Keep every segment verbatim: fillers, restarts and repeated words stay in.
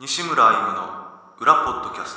西村歩夢の裏ポッドキャス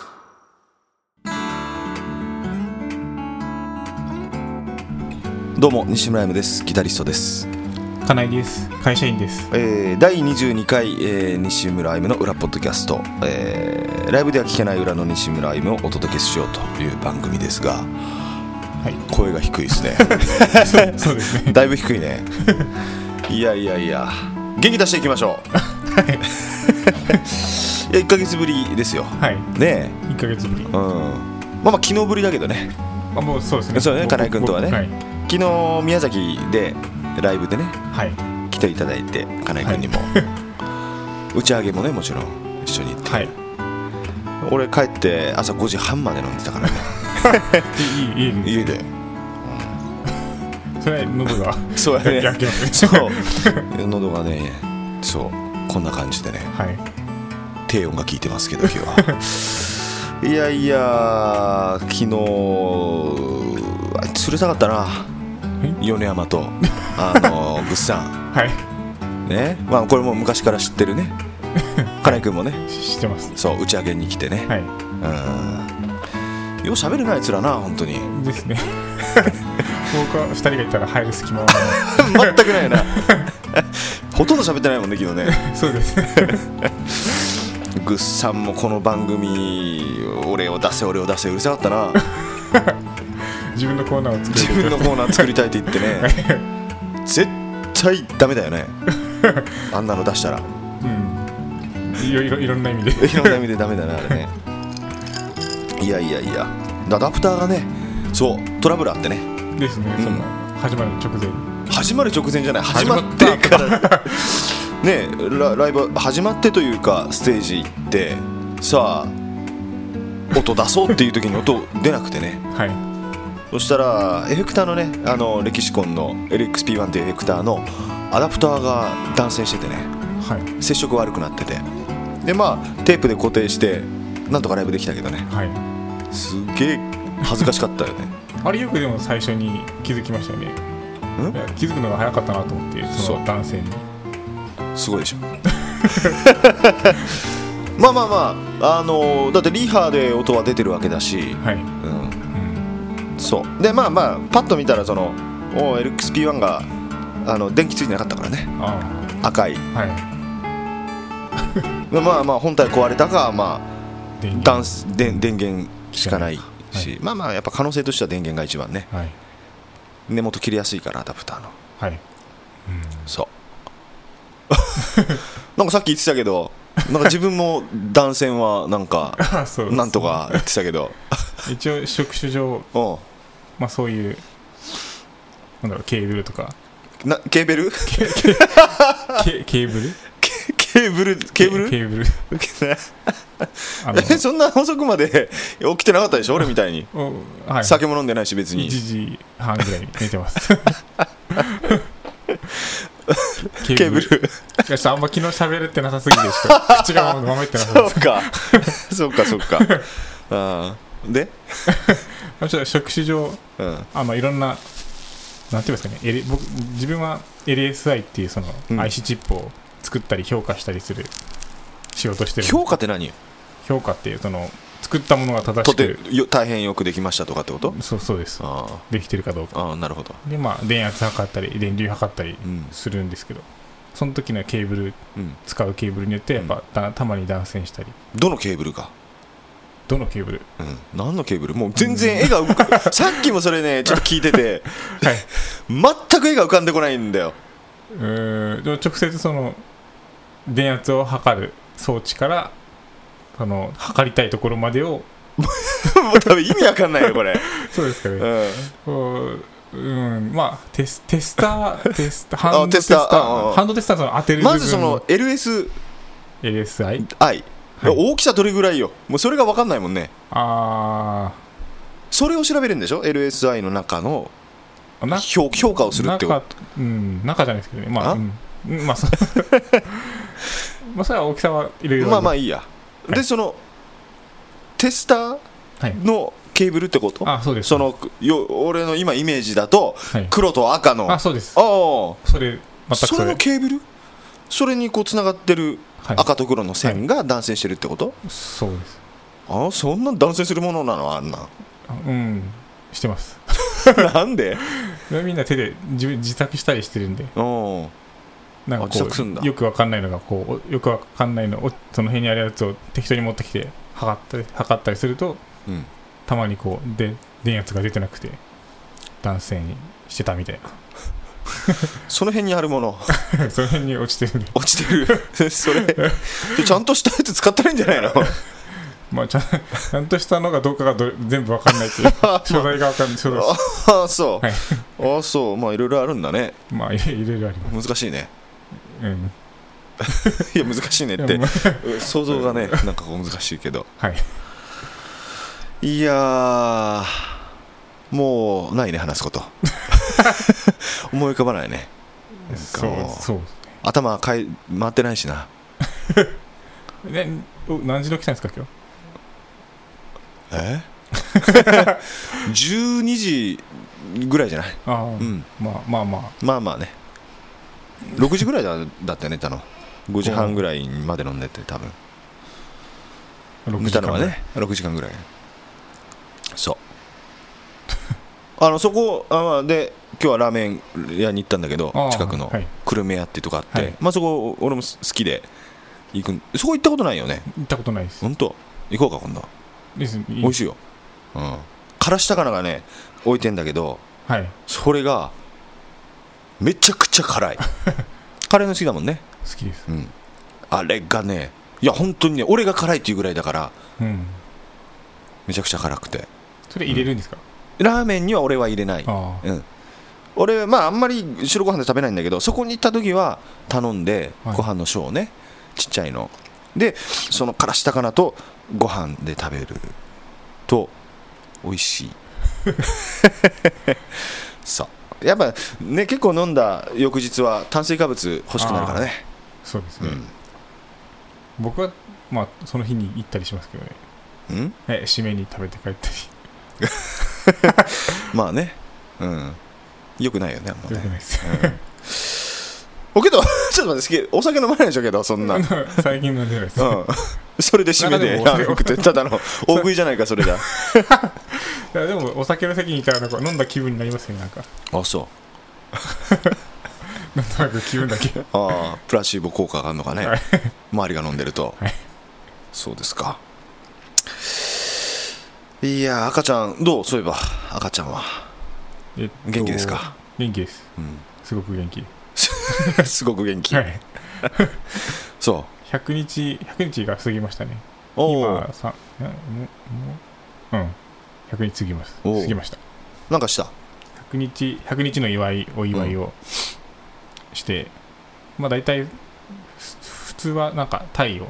ト。どうも西村歩夢です。ギタリストです。 金井です。会社員です。 えー、だいにじゅうにかい、えー、西村歩夢の裏ポッドキャスト、えー、ライブでは聞けない裏の西村歩夢をお届けしようという番組ですが、はい、声が低いですね。 そう、そうですね。 だいぶ低いね。いやいやいや、元気出していきましょう。はいいやいっかげつぶりですよ。 はいねえ、 いっかげつぶり、うん、 まあまあ昨日ぶりだけどね。 あ、もうそうですね。 そうね、金井君とはね、 はい、 昨日宮崎でライブでね、 はい、 来ていただいて、金井君にも、はい、打ち上げもね、もちろん一緒に行って、はい、俺帰って朝ごじはんまで飲んでたからね。 いい、いい、 家で、 うん、それは喉がそうやね、 焼けますね。 そう喉がね、そうこんな感じでね、はい、低音が効いてますけど今日はいやいや、昨日釣れたかったな、米山とあのぐっさん、はいね、まあ、これも昔から知ってるね。金井君もね、 知ってます。 そう、打ち上げに来てね、はい、うん、よう喋るなあいつらな、本当にですね。僕はふたりがいたら入る隙間は全くないな。ほとんど喋ってないもんね、昨日ね。 そうです。 ぐっさんもこの番組、俺を出せ俺を出せうるさかったな。 自分のコーナーを作り自分のコーナー作りたいって言ってね。絶対ダメだよね、あんなの出したら。 うん、いろいろいろんな意味でいろんな意味でダメだな、あれね。いやいやいや、アダプターがね、そうトラブルあってね。 ですね、うん、その始まる直前始まる直前じゃない、始まってからね、ラ, ライブ始まってというか、ステージ行ってさあ音出そうっていう時に音出なくてね、はい、そしたらエフェクターのね、あのレキシコンの エルエックスピーワン っていうエフェクターのアダプターが断線しててね、はい、接触悪くなってて、でまあテープで固定してなんとかライブできたけどね、はい、すげえ恥ずかしかったよね。 あれよくでも最初に気づきましたよね。ん、いや、気づくのが早かったなと思って、その男性に。 すごいでしょ。まあまあまあ、あのー、だってリハで音は出てるわけだし、はい、うんうん、そうで、まあまあパッと見たらその エルエックスピーワン があの電気ついてなかったからね、あ赤い、はい、まあまあ本体壊れたか、まあ電源、電, 電源しかないし、はい、まあまあやっぱ可能性としては電源が一番ね、はい、根元切れやすいからアダプターの、はい、うん、そうなんかさっき言ってたけど、なんか自分も断線はなんかなんとか言ってたけど一応職種上、まあそういうなんだろう、ケーブルとかな、ケーベルケ, ケ, ケーブルケーブルケーブルケーブルあのえそんな遅くまで起きてなかったでしょ、俺みたいに、はい、酒も飲んでないし別にいちじはんぐらいに寝てます。 ケーブルいや、あんま昨日喋れてなさすぎでした。口がまめってなさそうかそうかそうかあでちょっと職種上、うん、あ、まあ、いろんな、なんていうんですかね、L、僕自分は エルエスアイ っていうその アイシー チップを作ったり評価したりする仕事してる。 評価って何？ 評価っていうその作ったものが正しくとて大変よくできましたとかってこと？ そうそうです。あ、できてるかどうか。 あ、なるほど。 で、まあ電圧測ったり電流測ったりするんですけど、うん、その時のケーブル、うん、使うケーブルによってやっぱ、うん、たまに断線したり。 どのケーブルか。 どのケーブル？ うん、何のケーブル？もう全然絵が浮かさっきもそれねちょっと聞いてて、はい、全く絵が浮かんでこないんだよ。 うーん、でも直接その電圧を測る装置からあの測りたいところまでをもう多分意味わかんないよこれ。 そうですかね、うん、うん、まあテス、テスターテスターハンドテスターハンドテスターの当てる部分、 まずその エルエスエルエスアイ、 はい、大きさどれぐらいよ、もうそれがわかんないもんね。あ、それを調べるんでしょ エルエスアイ の中の評, 評価をするってこと。 中、うん、中じゃないですけどね、まあ、あ、うん、まあそまあそれは大きさはいろいろ、 まあまあいいや、はい、でそのテスターのケーブルってこと？ あ、そうです。 そのよ俺の今イメージだと、はい、黒と赤の、 あ、そうです。ああ、それ全くそれそれのケーブル、それにこうつながってるはい、 赤と黒の線が断線してるってこと？ そうです。 あ、そんな断線するものなの？あんな。 うんしてますなんで？ みんな手で 自, 自作したりしてるんで、 おなんかこうよくわかんないのがこうよくわかんないのをその辺にあるやつを適当に持ってきて測ったり測ったりすると、うん、たまにこうで電圧が出てなくて断線してたみたいなその辺にあるものその辺に落ちてる落ちてるそれちゃんとしたやつ使ったらいいんじゃないの？ まあちゃん、ちゃんとしたのがどうかがど全部わかんないっていう所在がわかんない。そうです。 ああそう、 はい、 ああそうまあいろいろあるんだね。 まあいろいろあります。 難しいね。 うんいや難しいねって想像がねなんかこう難しいけど、 はい、 いやもうないね話すこと思い浮かばないね。なんかもうそうそう頭かい回ってないしなね、何時の来たんですか今日？ えじゅうにじぐらいじゃない？ あ、うん、まあまあまあまあまあねろくじぐらいだったよね。たのごじはんぐらいまで飲んでて多分寝たのはねろくじかんぐらい。そうあのそこあで今日はラーメン屋に行ったんだけど近くの久留米屋っていうとこあって、はい、まあそこ俺も好きで行く。そこ行ったことないよね？ 行ったことないです。 本当？行こうか今度。 です美味しいよ、うん、からし高菜がね置いてんだけど、 はい、 それがめちゃくちゃ辛いカレーの好きだもんね。 好きです、 うん、あれがねいや本当にね俺が辛いっていうぐらいだから、うん、めちゃくちゃ辛くて。 それ入れるんですか？ うん、ラーメンには俺は入れない。あ、うん、俺まああんまり白ご飯で食べないんだけどそこに行った時は頼んで、はい、ご飯の小ねちっちゃいのでそのからし高菜とご飯で食べると美味しいそうやっぱね結構飲んだ翌日は炭水化物欲しくなるからね。 そうですね、うん、僕はまあその日に行ったりしますけどね。 んえ締めに食べて帰ったりまあね、うん、よくないよねあんまね。 よくないです、 うん、けどちょっと待ってお酒飲まないでしょけどそんな最近飲んでないです、うん、 それで締めでラーメン食ってただの大食いじゃないかそれじゃいやでもお酒の席にいたらなんか飲んだ気分になりますね。なんかあそうなんとなく気分だけああプラシーボ効果があるのかね、はい、周りが飲んでると、 はい、 そうですか。いや赤ちゃんどう？そういえば赤ちゃんは、えっと、元気ですか？ 元気です、うん、すごく元気すごく元気、 はい、 そうひゃくにちひゃくにちが過ぎましたね。今さもう、うん、ひゃくにち過ぎます過ぎました。 なんかしたひゃくにちひゃくにちの祝いお祝いをして、うん、まあ大体普通はなんかタイを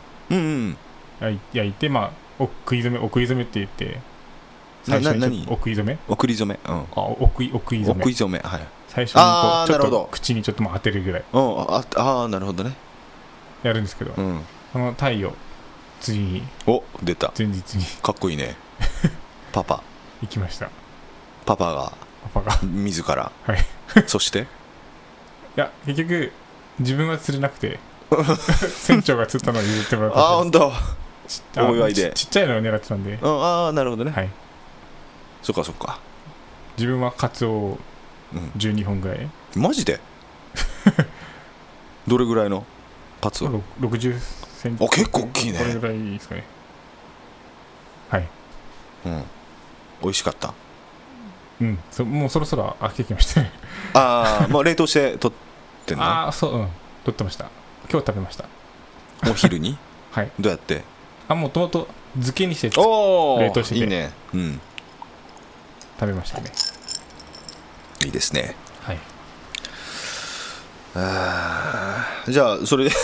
焼いて、まあお食い初めお食い初めって言って最初にお食い初めお食い初め、うん、 あお食いお食い初めお食い初め、はい、 最初にこうちょっと口にちょっと当てるぐらい、 うん、ああなるほどねやるんですけど、うん、そのタイを次にお出た前日にかっこいいねパパ行きました。 パパがパパが自らはいそしていや結局自分は釣れなくて船長が釣ったのを譲ってもらった。 あ本当お祝いでち, ちっちゃいのを狙ってたんで、 うん、ああなるほどね、 はい、 そっかそっか。 自分はカツオじゅうにほんぐらい、 うん、マジでどれぐらいのカツオ？ ろくじゅっセンチ。 あ結構大きいね。 これぐらいですかね。はい、 うん、美味しかった。 うんそもうそろそろ飽きてきましたねああもう冷凍して取ってんの？ ああそう、うん、取ってました。今日食べました。 お昼にはい。 どうやって？ あもともと漬けにして冷凍してていいね、うん、 食べましたね。 いいですね。 はい。 あじゃあそれで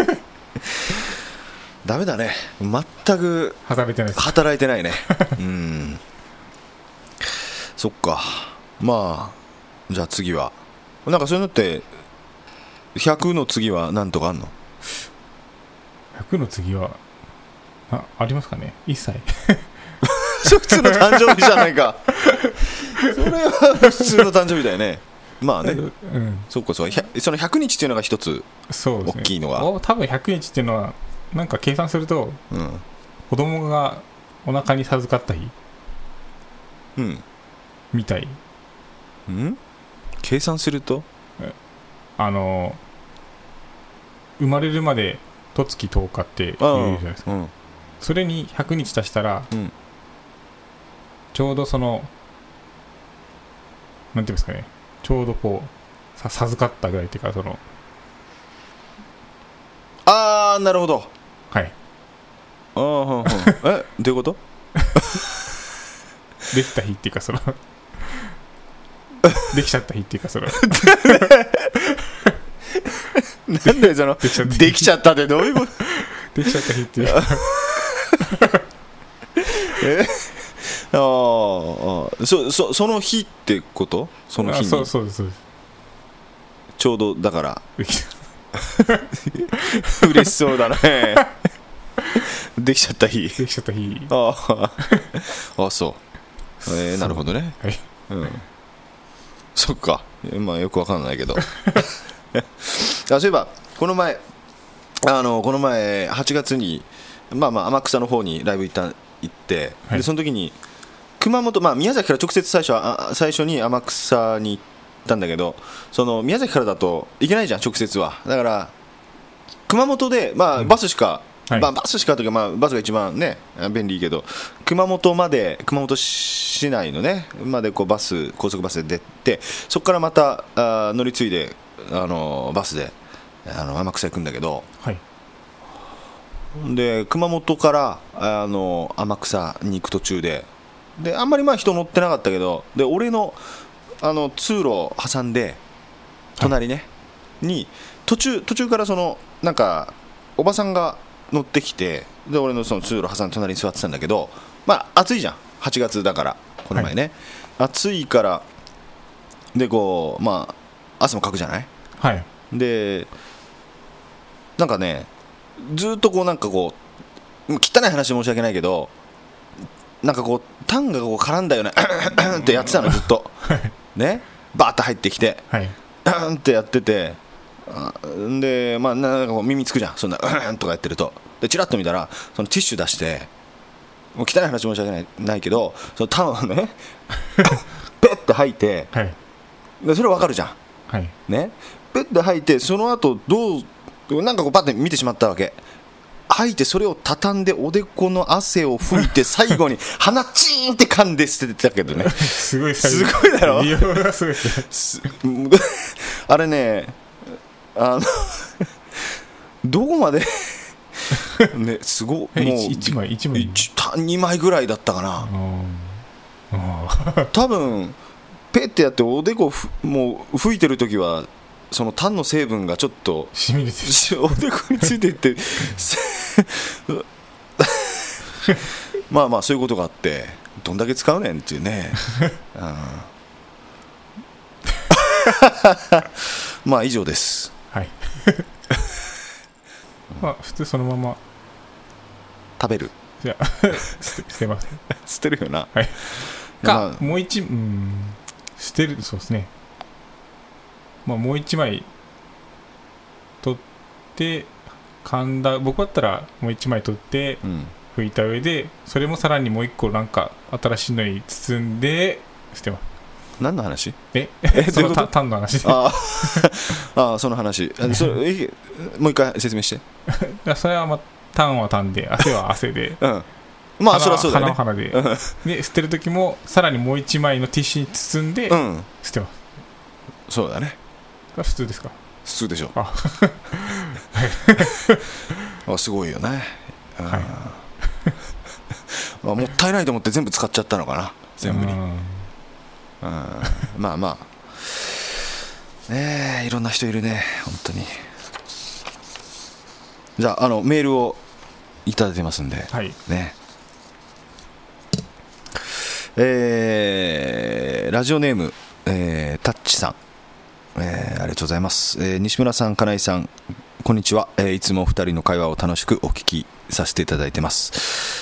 ダメだね全く働いてないです。 働いてないねうんそっか。まあじゃあ次はなんかそういうのってひゃくの次は何とかあんの？ ひゃくの次は あ, ありますかね。いっさい普通の誕生日じゃないかそれは普通の誕生日だよね。 まあね、 うん、 そうかそう、そのひゃくにちっていうのが一つ大きいのが、 多分ひゃくにちっていうのはなんか計算すると、うん、子供がお腹に授かった日、うん、みたい。 ん？計算するとあの生まれるまで十月とおかって言うじゃないですか、うん、それにひゃくにち足したら、うん、ちょうどそのなんていうんですかね、ちょうどこうさ授かったぐらいっていうか、そのああなるほど、 はい、 ああはんはんえどういうことできた日っていうか、そのできちゃった日っていうか、そのなんだよそのできちゃったってどういうことできちゃった日っていうえああそ, そ, その日ってことその日にそうそうですそうですちょうどだから嬉しそうだねできちゃった日できちゃった日ああそう、えー、なるほどね、 はい、 うん、そっかまあよくわかんないけどあそういえばこの前あのこの前はちがつにまあまあ天草の方にライブ行った行って、はい、でその時に熊本、まあ、宮崎から直接最初は最初に天草に行ったんだけど、その宮崎からだと行けないじゃん直接は。だから熊本で、まあ、バスしか、うんはいまあ、バスしかというか、まあ、バスが一番ね便利いいけど、熊本まで熊本市内のねまでこうバス高速バスで出て、そこからまたあ乗り継いであのバスであの天草行くんだけど、はい、で熊本からあの天草に行く途中でであんまりまあ人乗ってなかったけど、で俺のあの通路を挟んで隣ね、はい、に途中途中からそのなんかおばさんが乗ってきて、で俺のその通路挟んで隣に座ってたんだけど、まあ暑いじゃんはちがつだからこの前ね、はい、暑いからでこうまあ汗もかくじゃない、はい、でなんかねずっとこうなんかこう汚い話申し訳ないけどなんかこうタンがこう絡んだよねってやってたのずっとねバーッと入ってきて、はい、ってやっててでまあなんかこう耳つくじゃんそんなとかやってると、でチラッと見たらそのティッシュ出してもう汚い話申し訳ない、ないけどそのタンをねペッて吐いて、はい、でそれ分かるじゃん、はい、ねペッて吐いてその後どうなんかこうパッて見てしまったわけ。吐いてそれを畳んでおでこの汗を拭いて最後に鼻チーンって噛んで捨ててたけどねすごいすごいだろすあれねあのどこまでねすごもういちまいいちまいにまいぐらいだったかな多分ペッてやっておでこふもう拭いてる時はそのタンの成分がちょっと染み出てるおでこについていってまあまあそういうことがあってどんだけ使うねんっていうねまあ以上です。 はいまあ普通そのまま食べるいや捨て、捨てません捨てるよな、 はい、か、まあ、もう一うん捨てるそうですね、まあ、もう一枚取って噛んだ僕だったらもう一枚取って拭いた上で、うん、それもさらにもう一個なんか新しいのに包んで捨てます。 何の話？ えそのタンの話でああその話それもう一回説明してそれは、まあ、タンはタンで汗は汗で、 うん、まあそりゃそうだよね。 鼻は鼻でで捨てる時もさらにもう一枚のティッシュに包んで捨てます、 うん、そうだね。 普通ですか？ 普通でしょ。 ああすごいよね、 はいまあ、もったいないと思って全部使っちゃったのかな全部に。うんまあまあねえいろんな人いるね本当に。じゃあ、あのメールをいただいてますんで、 はいねえー、ラジオネーム、えー、タッチさん、えー、ありがとうございます、えー、西村さん金井さんこんにちは、えー、いつもお二人の会話を楽しくお聞きさせていただいてます、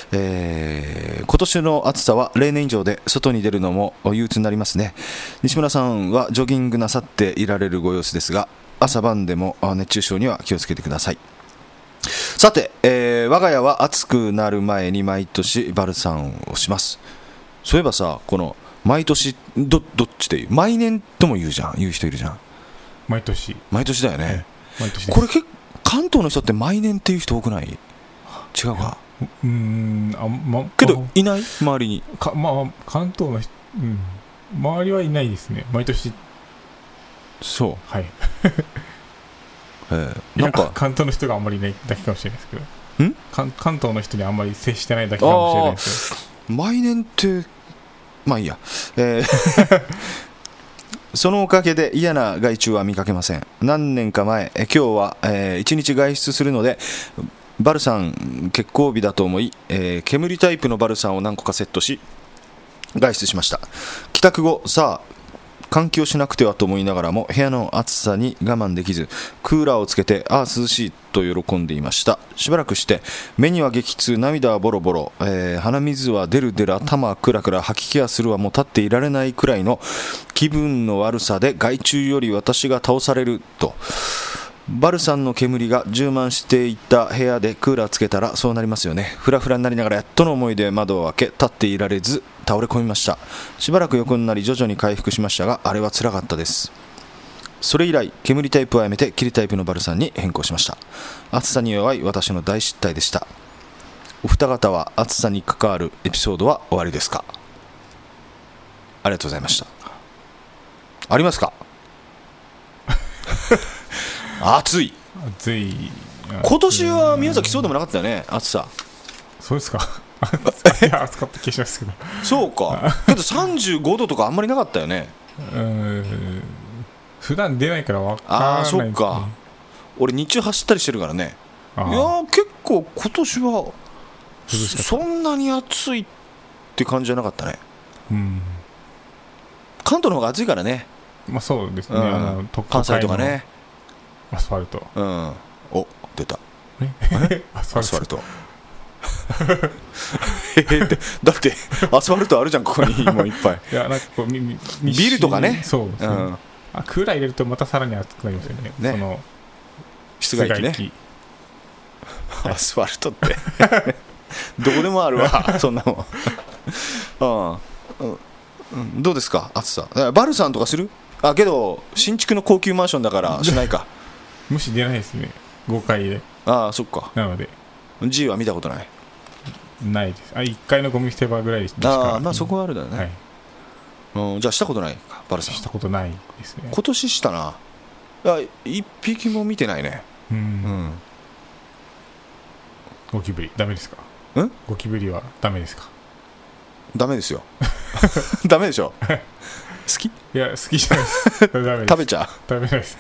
えー、今年の暑さは例年以上で外に出るのも憂鬱になりますね。西村さんはジョギングなさっていられるご様子ですが、朝晩でも熱中症には気をつけてください。さて、えー、我が家は暑くなる前に毎年バルサンをします。そういえばさ、この毎年 ど, どっちで言う毎年とも言うじゃん、言う人いるじゃん。 毎年毎年だよね、 え毎年これ結構関東の人って毎年っていう人多くない？違うか。 うーんあ、ま、 けどいない周りにか、まあ、関東の人、うん、周りはいないですね。毎年。 そうはい、 えー、なんか関東の人があんまりいないだけかもしれないですけど、 ん関関東の人にあんまり接してないだけかもしれないですけど、 毎年ってまあいいや、えーそのおかげで嫌な害虫は見かけません。何年か前、え今日は、えー、いちにち外出するのでバルサン欠航日だと思い、えー、煙タイプのバルサンを何個かセットし外出しました。帰宅後、さあ換気をしなくてはと思いながらも部屋の暑さに我慢できずクーラーをつけてああ涼しいと喜んでいました。しばらくして目には激痛、涙はボロボロ、えー、鼻水は出る出る、頭はクラクラ、吐き気がするはもう立っていられないくらいの気分の悪さで害虫より私が倒されると。バルサンの煙が充満していた部屋でクーラーつけたらそうなりますよね。フラフラになりながらやっとの思いで窓を開け立っていられず倒れ込みました。しばらく横になり徐々に回復しましたがあれは辛かったです。それ以来煙タイプはやめて霧タイプのバルサンに変更しました。暑さに弱い私の大失態でした。お二方は暑さに関わるエピソードは終わりですか？ありがとうございました。ありますか？暑い暑い。 今年は宮崎そうでもなかったよね、暑さ。 そうですか。いや暑かった気がしますけど。 そうか。けどさんじゅうごどとかあんまりなかったよね。 うーん、普段出ないから分からないですね。 ああ、そっか。俺日中走ったりしてるからね。いや結構今年はそんなに暑いって感じじゃなかったね。うん、関東の方が暑いからね。 まあそうですね、うん、あの関西とかね、 アスファルト、 うん、お出たアスファルトだってアスファルトあるじゃんここにもういっぱい。 いやなんかこうビルとかね。 そうですね、うん、あクーラー入れるとまたさらに暑くなりますよね。ね、その室外機ね。アスファルトってどこでもあるわそんなもん。ああ、うん、どうですか暑さ。バルサンとかする？あけど新築の高級マンションだからしないか。 無視出ないですね、ごかいで。 ああそっか。 なので G は見たことない。 ないです。あいっかいのゴミ捨て場ぐらいでしか。 ああまあそこはあるだよね、はい、うん、じゃあしたことないかバルサン。 したことないですね。 今年したな。あ一匹も見てないね。うん、うん、 ゴキブリダメですか？ んゴキブリはダメですか？ ダメですよダメでしょ好き？ いや好きじゃないですダメです。 食べちゃう？ 食べないです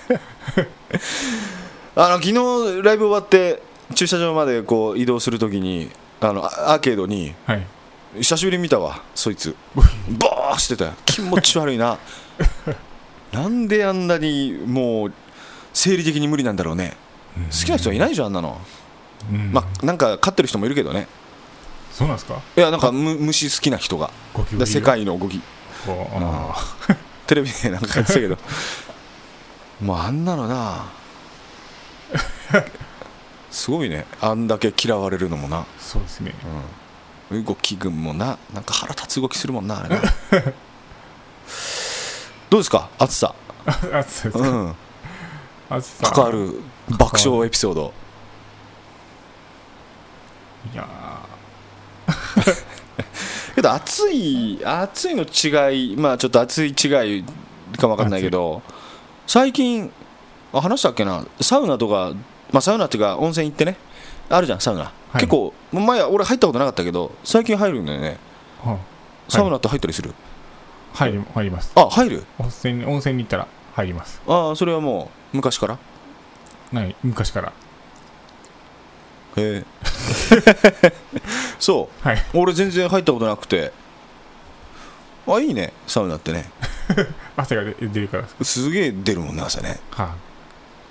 あの昨日ライブ終わって駐車場までこう移動するときにあのアーケードに、はい、久しぶりに見たわそいつバーしてたよ。気持ち悪いななんであんなにもう生理的に無理なんだろうね。好きな人はいないじゃんあんなの。まあなんか飼ってる人もいるけどね。 そうなんですか？ いやなんか虫好きな人がだ世界の動き、うん、テレビでなんかやってたけどもうあんなのなすごいね。あんだけ嫌われるのもな。 そうですね、 うん、動き群もななんか腹立つ動きするもんなあれなどうですか暑さ暑さですか、うん、暑さ関わる爆笑エピソード。 いやけど暑い暑いの違い、まあちょっと暑い違いかも分かんないけど最近あ話したっけな、サウナとか、まあ、サウナっていうか温泉行ってねあるじゃんサウナ、はい、結構前俺入ったことなかったけど最近入るんだよね、はあ、サウナって入ったりする？ 入り、入ります。 あ入る？ 温泉、温泉に行ったら入ります。 ああそれはもう昔から？ ない昔から。 へえそう、はい、俺全然入ったことなくて。あいいねサウナってね汗が出るからすげえ出るもんね汗ね、は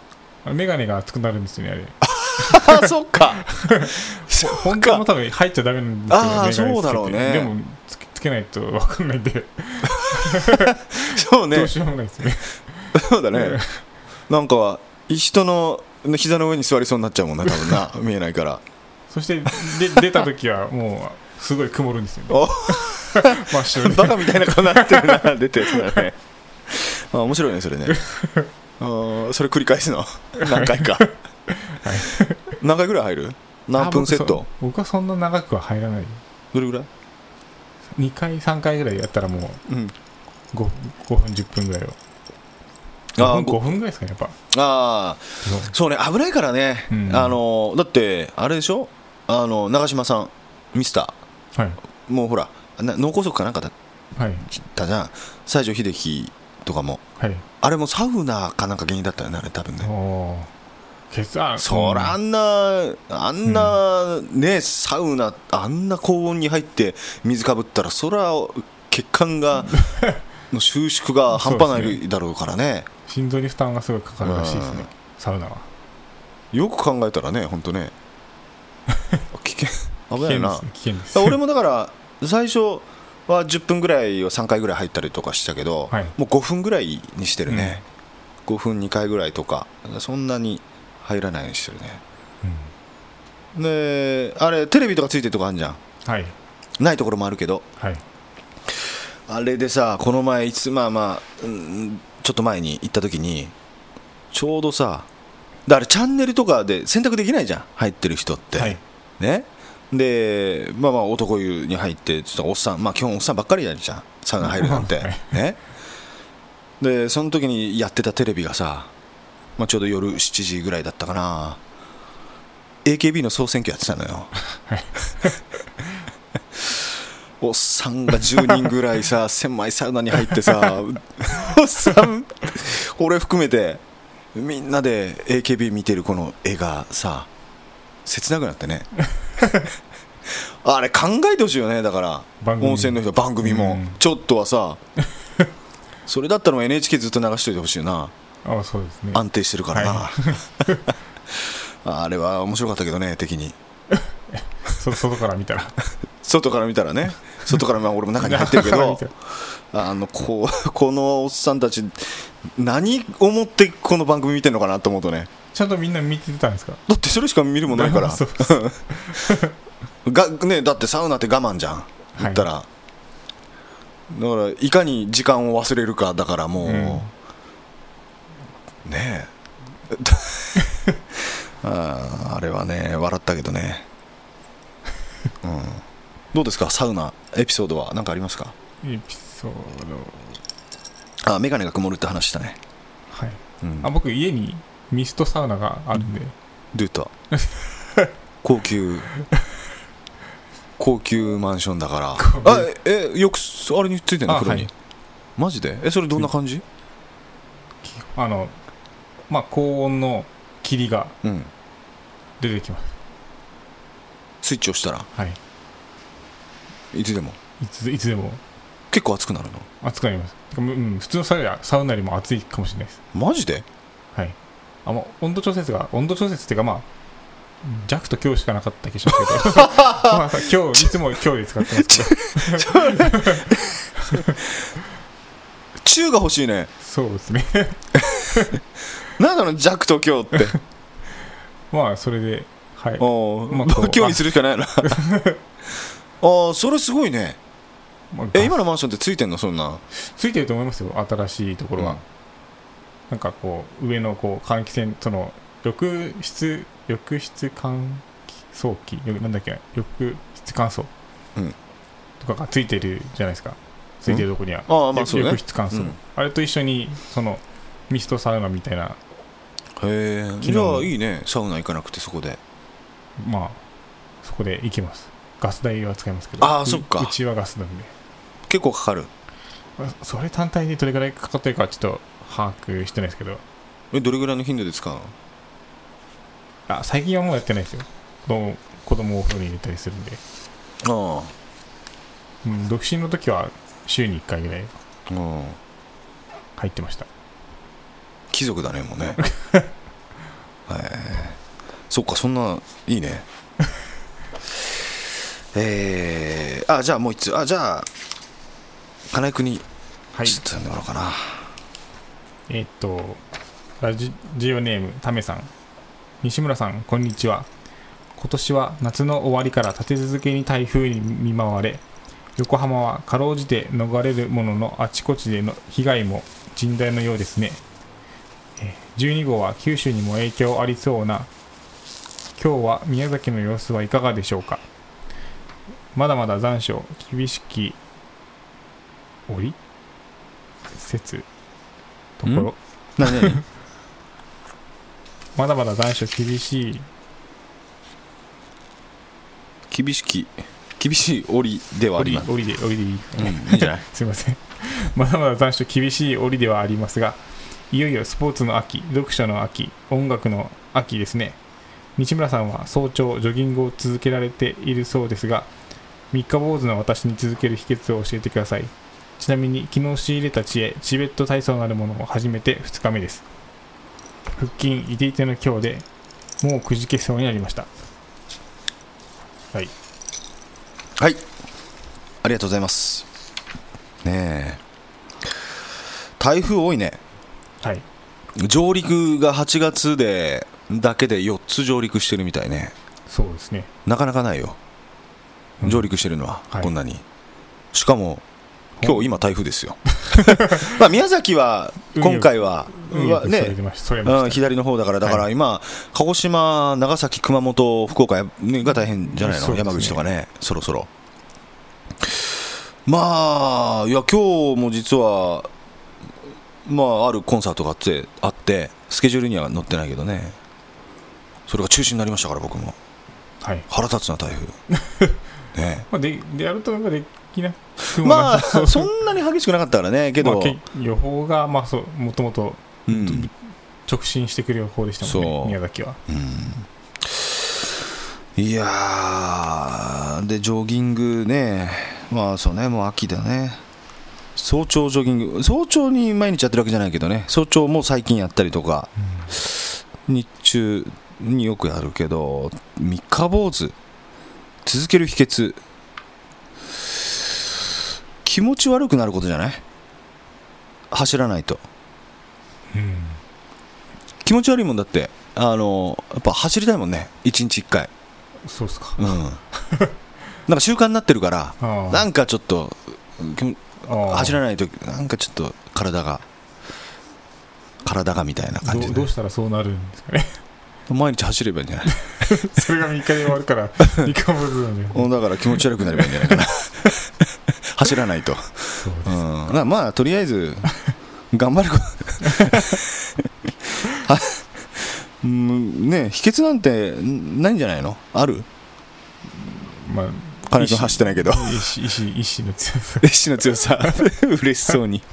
メガネが熱くなるんですよねあれあそっか本当はも多分入っちゃダメなんですけど、 ああそうだろうね。 でも つ, つけないと分かんないんでそうね、 どうしようもないですねそうだねなんか人の膝の上に座りそうになっちゃうもんね多分な見えないから。 そしてで出た時はもうすごい曇るんですよね真っ白でバカみたいな顔になってるな出てるだねあ面白いねそれねあそれ繰り返すの何回か、はい、何回ぐらい入る？何分セット？ 僕, 僕はそんな長くは入らない。 どれぐらい？ にかいさんかいぐらいやったらもう、うん、ご, ごふんじゅっぷんぐらいをあごふんぐらいですかねやっぱ。 ああそうね危ないからね、うん、あのだってあれでしょあの長嶋さんミスター、はい、もうほら脳梗塞かなんかだったじゃん、はい、西城秀樹とかも、はい、あれもサウナかなんか原因だったよねあれ多分ね。 血圧そらあんなあんなね、うん、サウナあんな高温に入って水かぶったらそら血管がの収縮が半端ないだろうからね心臓に負担がすごいかかるらしいですね、うん、サウナは。 よく考えたらね本当ね危険危ないな。 危険です。 俺もだから最初はじゅっぷんぐらいをさんかいぐらい入ったりとかしたけど、はい、もうごふんぐらいにしてるね、うん、ごふんにかいぐらいとかそんなに入らないようにしてるね、うん、であれテレビとかついてるとこあるじゃん、はい、ないところもあるけど、はい、あれでさこの前いつまあまあ、うん、ちょっと前に行った時にちょうどさだからチャンネルとかで選択できないじゃん入ってる人って、はい、ねでまあまあ男湯に入ってちょっとおっさんまあ基本おっさんばっかりやるじゃんサウナ入るなんて、はい、ねでその時にやってたテレビがさまあ、ちょうど夜しちじぐらいだったかな エーケービー の総選挙やってたのよ、はい、おっさんがじゅうにんぐらいさ狭いサウナに入ってさおっさん俺含めてみんなで エーケービー 見てるこの絵がさ切なくなってねあれ考えてほしいよねだから温泉の人番組もちょっとはさそれだったら エヌエイチケー ずっと流しといてほしいよな。 ああそうですね、 安定してるからな、はい、あれは面白かったけどね敵に外から見たら外から見たらね外からまあ俺も中に入ってるけどあのこうこのおっさんたち何をもってこの番組見てるのかなと思うとね。 ちゃんとみんな見てたんですか？ だってそれしか見るもんないからが、ね、だってサウナって我慢じゃん言ったら、はい、だからいかに時間を忘れるかだからもう、うんねえあ, あれはね笑ったけどね、うん、どうですかサウナエピソードは何かありますか？ エピソードあメガネが曇るって話したね、 はい、うん、あ僕家にミストサウナがあるんで、うん、 出た高級高級マンションだからあえよくあれについてるの風呂に、はい、マジでえそれどんな感じ？ あのまあ、高温の霧が出てきます、うん、 スイッチを押したら、はい、いつでもいつ、いつでも結構熱くなるの？ 熱くなります、うん、普通のサウナ、サウナよりも熱いかもしれないです。 マジで？ はいあもう温度調節が温度調節っていうかまあ弱と強しかなかった気がしますけどまあ今日いつも強で使ってますけど中が欲しいね。 そうですねなんだろう弱と強ってまあそれではいお、まあ、強にするしかないなああそれすごいね、まあ、え今のマンションってついてんの？そんなついてると思いますよ新しいところは、うん、なんかこう上のこう換気扇その浴室浴室乾燥機なんだっけ浴室乾燥、うん、とかがついてるじゃないですか。ついてるとこには、うんあまあそうね、浴室乾燥、うん、あれと一緒にそのミストサウナみたいな。 へえじゃあいいねサウナ行かなくてそこでまあそこで行きます。ガス代は使いますけどああそっかうちはガスなんで結構かかる。 それ単体でどれぐらいかかってるかちょっと把握してないですけどえどれぐらいの頻度で使うの？ あ最近はもうやってないですよ。子供、子供をお風呂に入れたりするんでああ、うん、独身の時は週にいっかいぐらい入ってました。 貴族だねもうねえー、そっか、そんないいねえー、あ、じゃあもう一つ、あ、じゃあ金井君にちょっと読んでもらおうかな、はい、 えー、っとラジオネームためさん。西村さん、こんにちは。今年は夏の終わりから立て続けに台風に見舞われ、横浜はかろうじて逃れるものの、あちこちでの被害も甚大のようですね。じゅうにごうは九州にも影響ありそうな。今日は宮崎の様子はいかがでしょうか。まだまだ残暑厳しき折節ところ何何まだまだ残暑厳しい厳しき厳しい折ではあります。 折で折でいい、 うん、いいんじゃないすいませんまだまだ残暑厳しい折ではありますが、いよいよスポーツの秋、読書の秋、音楽の秋ですね。西村さんは早朝ジョギングを続けられているそうですが、三日坊主の私に続ける秘訣を教えてください。ちなみに昨日仕入れた知恵、チベット体操なるものを始めてふつかめです。腹筋いていての今日でもうくじけそうになりました。はいはい、ありがとうございますね。え台風多いね。 はい、 上陸がはちがつでだけでよっつ上陸してるみたいね。 そうですね、 なかなかないよ、上陸してるのは、うん、こんなに、はい、しかも今日今台風ですよまあ宮崎は今回は、 うんはね、うん、左の方だから、だから今、はい、鹿児島、長崎、熊本、福岡が大変じゃないの、ね、山口とかね、そろそろ。まあいや今日も実はまああるコンサートがあってあってスケジュールには載ってないけどね、それが中止になりましたから僕も、はい、腹立つな台風ね。 まあ、で, でやるとなんかできなまあそんなに激しくなかったからね、けど、 まあ、予報がまあそうもともと直進してくる予報でしたもんね、宮崎は。 うん、いやでジョギングね、まあそうね、もう秋だね。早朝ジョギング、早朝に毎日やってるわけじゃないけどね、早朝も最近やったりとか、うん、日中によくやるけど、三日坊主続ける秘訣、気持ち悪くなることじゃない？走らないと、うん、気持ち悪いもんだって、あのやっぱ走りたいもんね、いちにちいっかい。 そうですか、 うん、なんか習慣になってるから、なんかちょっと走らないとなんかちょっと体が体がみたいな感じで、 ど, どうしたらそうなるんですかね毎日走ればいいんじゃないそれがみっかで終わるからみっか坊主なんで、 だから気持ち悪くなればいいんじゃないかな走らないと。そうですか、うん、まあとりあえず頑張るね、秘訣なんてないんじゃないの？ある？まあ金君走ってないけど、 意志、意志、意志の強さ意志の強さ嬉しそうに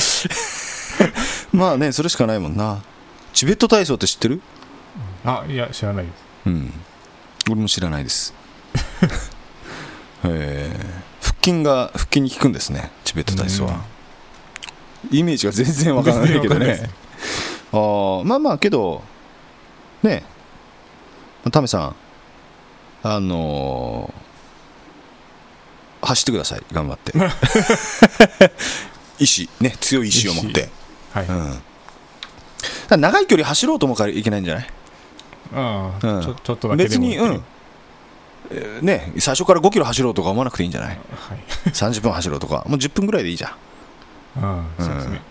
まあね、それしかないもんな。チベット体操って知ってる？ あ、いや知らないです。 うん、俺も知らないですえー、腹筋が腹筋に効くんですね、チベット体操は。イメージが全然わからないけどねあ、まあまあけどね、タメさん、あのー、走ってください、頑張って意志ね、強い意志を持って、はい、うん、だ長い距離走ろうと思うからいけないんじゃない？ ああ、うん、ちょ、ちょっとだけでも別に、うんね、最初からごキロ走ろうとか思わなくていいんじゃない？はい、さんじゅっぷん走ろうとか、もうじゅっぷんぐらいでいいじゃん。 ああ、そうですね、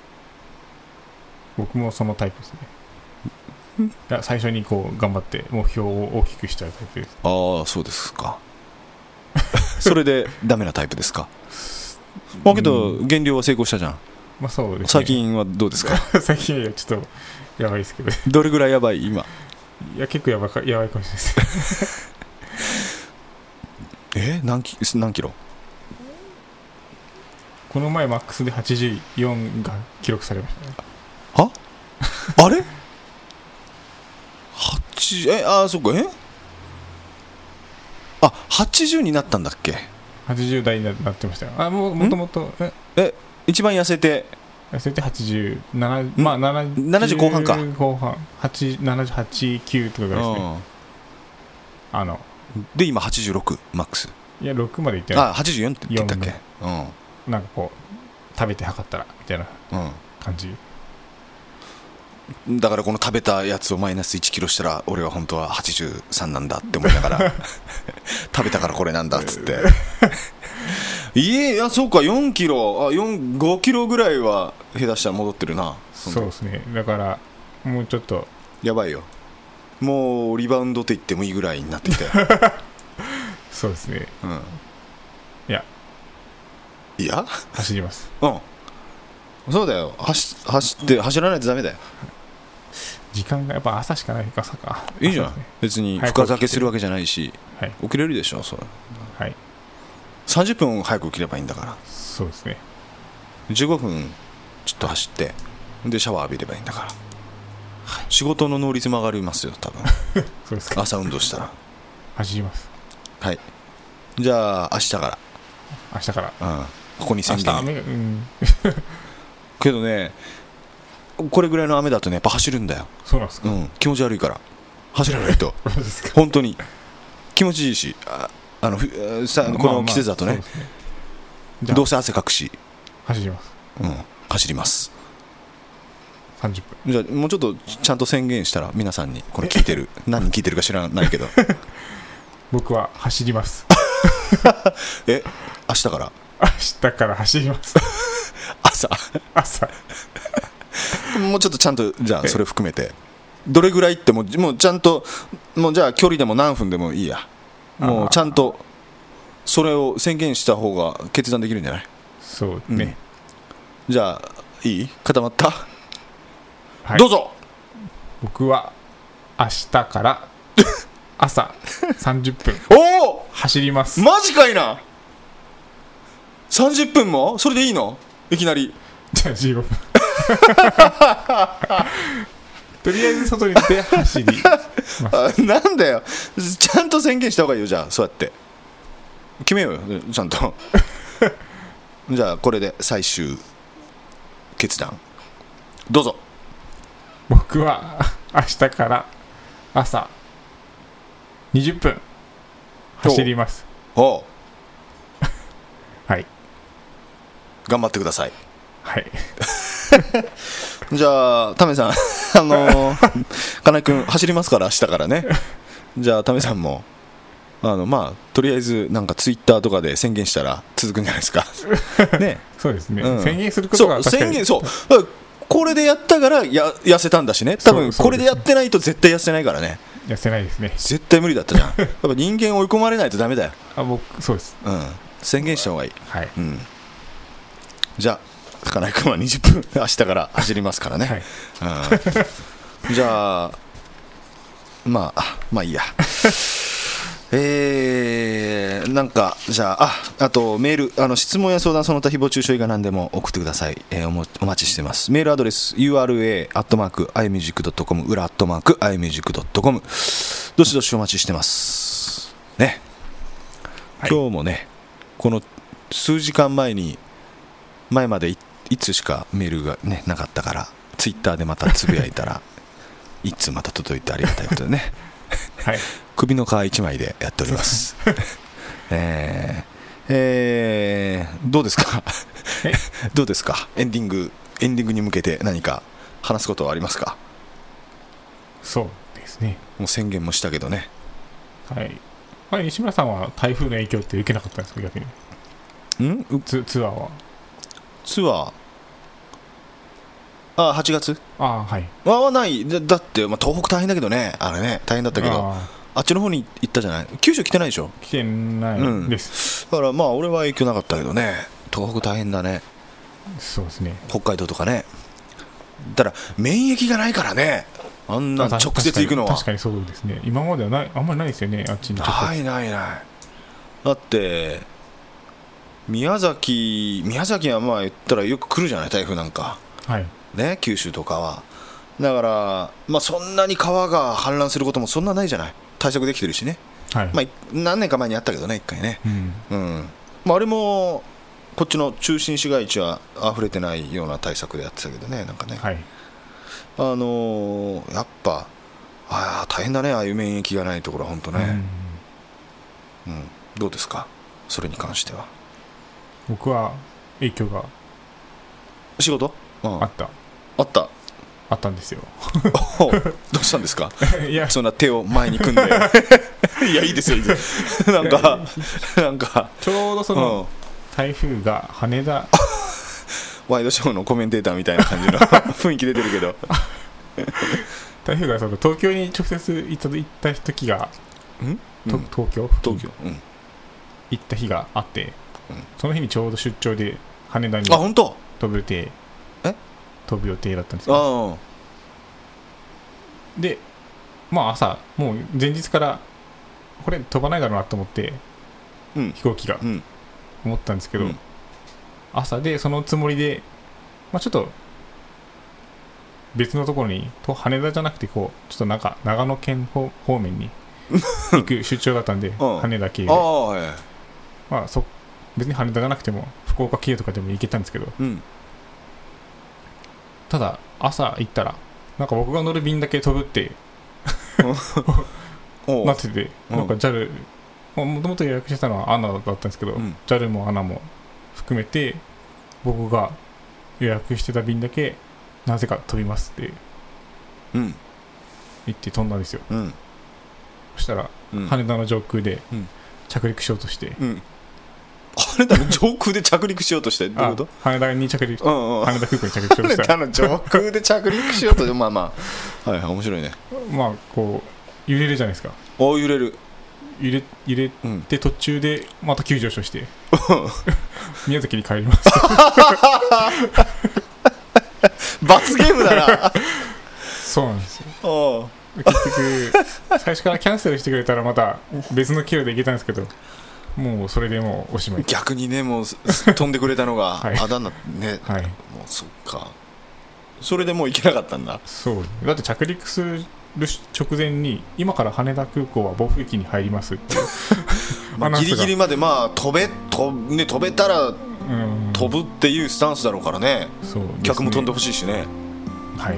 うん、僕もそのタイプですね。いや、最初にこう頑張って目標を大きくしちゃうタイプです。 ああ、そうですかそれでダメなタイプですか？まあけど減量は成功したじゃん。 まあそうですね。 最近はどうですか？ 最近はちょっとやばいですけどどれぐらいやばい今？ いや結構やばか、やばいかもしれないですえ何キ、何キロ？ この前マックスではちじゅうよんが記録されましたね。 はあれはちえあそっかえあはちじゅうになったんだっけ？ はちじゅう代になってましたよ。あもうもともとええ一番痩せて痩せてはちじゅうなな、まあななじゅうななじゅう後半か後半ななじゅうはち、きゅうとかぐらいですね。あので今はちじゅうろくマックス。 いやろくまでいってない。 あはちじゅうよんって言ったっけ。うんなんかこう食べて測ったらみたいな感じ、 うん、だからこの食べたやつをマイナスいちキロしたら俺は本当ははちじゅうさんなんだって思いながら食べたからこれなんだっつっていえいやそうかよんキロあよん ごキロぐらいは下手したら戻ってるな。 そうですね。だからもうちょっとやばいよ。もうリバウンドって言ってもいいぐらいになってきてそうですね、うん、いやいや走ります。 うんそうだよ。走走って走らないとダメだよ。 時間がやっぱ朝しかないか。朝かいいじゃん、ね、別に深酒するわけじゃないし、はい、起きれるでしょそれ、 はい、 さんじゅっぷん早く起きればいいんだから。 そうですね。 じゅうごふんちょっと走ってでシャワー浴びればいいんだから、はい、仕事の能率も上がりますよ多分そうですか。 朝運動したら走ります。 はい。じゃあ明日から明日から、 うん、ここに宣言。 明日雨が、うん、 けどねこれぐらいの雨だとねやっぱ走るんだよ。 そうなんですか、 うん、気持ち悪いから走らないと本当に気持ちいいし、ああのさこの季節だとね、まあまあ ね、どうせ汗かくし走ります、 うん、走りますさんじゅっぷん。 じゃあもうちょっとちゃんと宣言したら皆さんにこれ聞いてる何人聞いてるか知らないけど僕は走りますえ明日から明日から走ります朝朝もうちょっとちゃんとじゃあそれ含めてどれぐらいってもう、もうちゃんともうじゃあ距離でも何分でもいいや。もうちゃんとそれを宣言した方が決断できるんじゃない。 そうね、 うん、じゃあいい固まった、 はい、 どうぞ。 僕は明日から朝さんじゅっぷんおお走ります。 マジかいな。さんじゅっぷんもそれでいいの。いきなりじゃあじゅうごふんとりあえず外に出て走りますなんだよちゃんと宣言した方がいいよ。じゃあそうやって決めようよちゃんとじゃあこれで最終決断どうぞ。 僕は明日から朝にじゅっぷん走ります。 おうはい頑張ってください。 はいじゃあタメさんあのー、金井君走りますから明日からね。じゃあタメさんもあのまあとりあえずなんかツイッターとかで宣言したら続くんじゃないですかね。 そうですね、 うん、 宣言することが確かにそう宣言そうこれでやったからや痩せたんだしね。多分これでやってないと絶対痩せないからね。 痩せないですね。 絶対無理だったじゃんやっぱ人間追い込まれないとダメだよ。 あ僕そうです、 うん、宣言した方がいい、 はいうん、じゃあ金井君はにじゅっぷん明日から走りますからね、はいうん、じゃあまあまあいいやえー、なんかじゃあああとメールあの質問や相談その他誹謗中傷以外何でも送ってください、えー、お, もお待ちしてます。メールアドレス ユーアールエー アットマーク アイミュージック ドットコム 裏アットマーク アイミュージック ドットコム どしどしお待ちしてますね、はい、今日もねこの数時間前に前まで い, いつしかメールが、ね、なかったからツイッターでまたつぶやいたらいつまた届いてありがたいことでね、はい、首の皮一枚でやっておりますえーえー、どうですかどうですかエンディングエンディングに向けて何か話すことはありますか。 そうですねもう宣言もしたけどね。 はい、はい、西村さんは台風の影響って受けなかったんですか逆に。ん ツ, ツアーはツアーあはちがつあはいはないだ, だって、まあ、東北大変だけどねあれね大変だったけど あ, あっちの方に行ったじゃない。九州来てないでしょ。 来てないです、 うん、だからまあ俺は影響なかったけどね。東北大変だね。 そうですね北海道とかね。だから免疫がないからねあんな直接行くのは。 確かにそうですね。今まではないあんまりないですよねあっちに。 ないないない。だって宮崎宮崎はまあ言ったらよく来るじゃない台風なんか、 はいね、九州とかは。だから、まあ、そんなに川が氾濫することもそんなないじゃない。対策できてるしね、はいまあ、何年か前にあったけどねいっかいね、うんうんまあ、あれもこっちの中心市街地は溢れてないような対策でやってたけどね、なんかね、 はい、 あのー、やっぱあ大変だね、ああいう免疫がないところは本当ね、うん、うん、どうですかそれに関しては。 僕は影響が仕事、うん、 あったあったあったんですよどうしたんですかいやそんな手を前に組んでいやいいですよいいですなんかなんかちょうどその、うん、台風が羽田ワイドショーのコメンテーターみたいな感じの雰囲気出てるけど台風がその東京に直接行った行った時がん、うん、東京東京、うん、 行った日があって、うん、その日にちょうど出張で羽田にあ本当飛ぶ予定え飛ぶ予定だったんですよ。でまあ朝もう前日からこれ飛ばないだろうなと思って、うん、飛行機が、うん、思ったんですけど、うん、朝でそのつもりで、まあ、ちょっと別のところに羽田じゃなくてこうちょっとなんか長野県方面に行く出張だったんで羽田経由で、はい、まあ、そ別に羽田じゃなくても福岡経由とかでも行けたんですけど、うん、ただ朝行ったらなんか僕が乗る便だけ飛ぶってなってて、なんか ジャル もともと予約してたのはアナだったんですけど、うん、ジャル もアナも含めて僕が予約してた便だけなぜか飛びますって言って飛んだんですよ、うん、そしたら、うん、羽田の上空で着陸しようとして、うん、 羽田の上空で着陸しようとしてどういうこと？ 羽田に着陸、うんうん、羽田空港に着陸しようとした羽田の上空で着陸しようとしてまあまあはいはい面白いね。 まあこう揺れるじゃないですか。 お揺れる揺れ揺れて途中でまた急上昇して宮崎に帰ります罰ゲームだなそうなんですよ。結局最初からキャンセルしてくれたらまた別の経路で行けたんですけど、もうそれでもうおしまい。 逆にねもう飛んでくれたのがあだ名ね、 はい、 もうそっかそれでもう行けなかったんだ。 そうだって着陸する直前に今から羽田空港は暴風域に入りますっていうまあギリギリまでまあ飛べ飛、ね、飛べたら飛ぶっていうスタンスだろうからね。そうですね、客も飛んでほしいしね。 はい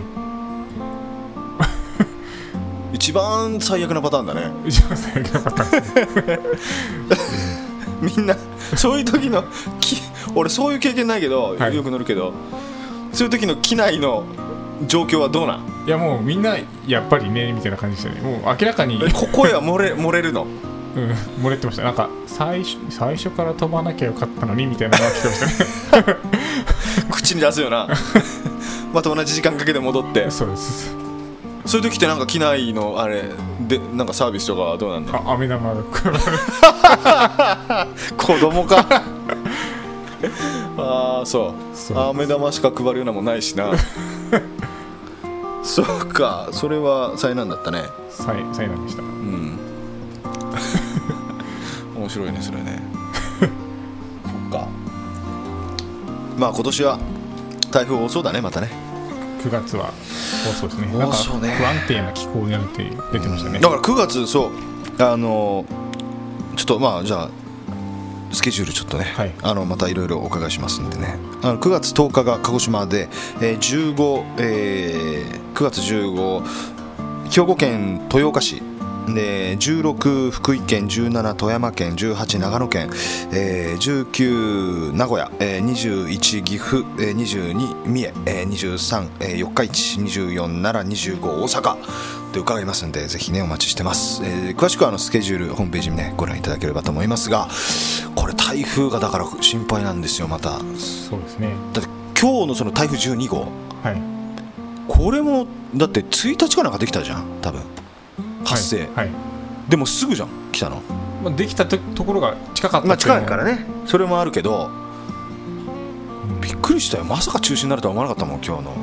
一番最悪なパターンだね。 一番最悪なパターンみんなそういう時の俺そういう経験ないけど、はい、よく乗るけどそういう時の機内の状況はどうなん？ いやもうみんなやっぱりねみたいな感じでしたね。もう明らかに声は漏れ、漏れるのうん漏れてました。なんか最初、最初から飛ばなきゃよかったのにみたいなのが聞こえましたね口に出すよなまた同じ時間かけて戻って。 そうです。 そういう時ってなんか機内のあれでなんかサービスとかはどうなんだ？ あ、飴玉が子供かああそうそう飴玉しか配るようなもんないしなそうかそれは災難だったね。 災難でした。うん面白いねそれねそっかまあ今年は台風多そうだねまたね。 くがつは多そうですね。なんか不安定な気候になるって出てましたね。 だからくがつそうあのちょっとまあじゃあスケジュールちょっとね、はい、あのまたいろいろお伺いしますんでね。あのくがつとおかが鹿児島で、えー、じゅうご、えー、くがつじゅうご兵庫県豊岡市でじゅうろく福井県、じゅうなな富山県、じゅうはち長野県、えー、じゅうきゅう名古屋、えー、にじゅういち岐阜、えー、にじゅうに三重、えー、にじゅうさん、えー、四日市、にじゅうよん奈良、にじゅうご大阪で伺いますんでぜひねお待ちしてます。えー、詳しくはあのスケジュールホームページにねご覧いただければと思いますが、これ台風がだから心配なんですよまた。 そうですね。 だって今日のその台風じゅうに号、はい、これもだってついたちかなんかできたじゃん多分発生、はいはい、でもすぐじゃん来たの、 まあ、できた と, ところが近かった、 まあ、近いからねそれもあるけど、うん、びっくりしたよ。まさか中止になるとは思わなかったもん今日の、はい、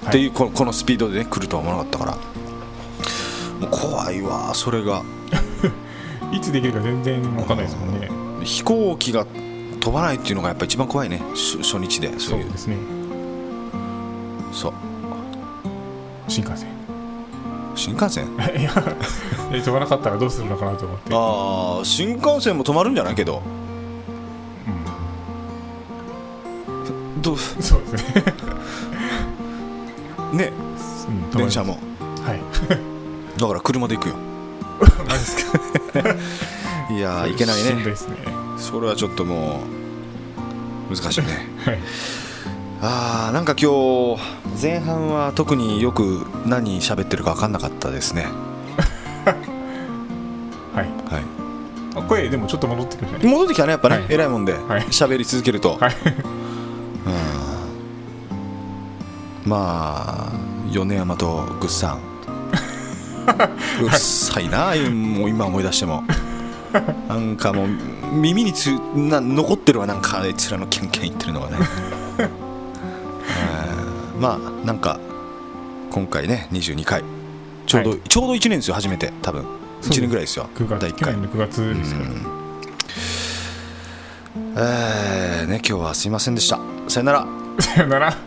っていうこ の, このスピードで、ね、来るとは思わなかったからもう怖いわそれがいつできるか全然分かんないですもんね。 飛行機が飛ばないっていうのがやっぱ一番怖いね初日で。 そういうですね。 そう新幹線新幹線いや飛ばなかったらどうするのかなと思って。 ああ新幹線も止まるんじゃないけど、 どうそうですねね、うん、電車も、 はいだから車で行くよマジですかいやー、いけないね。 しんどいですね。 それはちょっともう難しいねはいあー、なんか今日前半は特によく何喋ってるか分かんなかったですねはい、 はい、 あ、声でもちょっと戻ってくるね。 戻ってきたね、やっぱね、 はい、 偉いもんで喋、はい、り続けると、 はい、 うん、まあ米山とグッさんうっさいな、もう今思い出してもなんかもう耳につな残ってるわ、なんかあいつらのキャンキャン言ってるのがねまあなんか今回ねにじゅうにかいちょうど、はい、ちょうどいちねんですよ、初めて。多分いちねんぐらいですよ、 くがつ、去年のくがつですから、 えーね、今日はすいませんでした。さよなら。 さよなら。